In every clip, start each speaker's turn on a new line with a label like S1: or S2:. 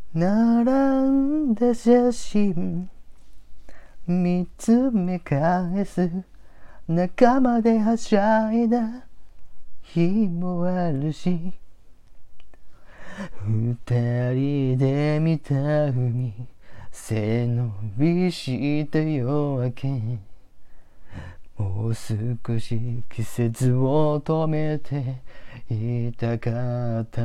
S1: 並んだ写真見つめ返す、仲間ではしゃいだ日もあるし、二人で見た海、背伸びした夜明け、もう少し季節を止めていたかった。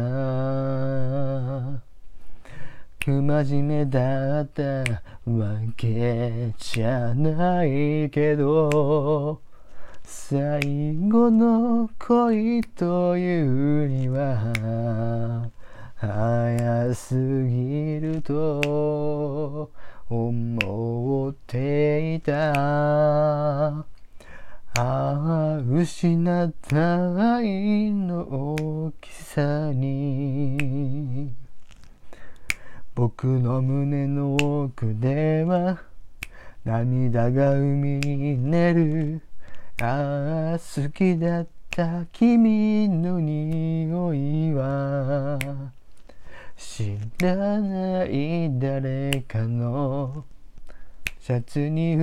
S1: 不真面目だったわけじゃないけど、最後の恋というには早すぎると思っていた。ああ、失った愛の大きさに、僕の胸の奥では涙が海に寝る。ああ、好きだった君の匂いは知らない誰かのシャツに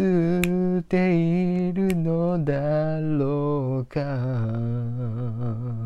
S1: 映っているのだろうか。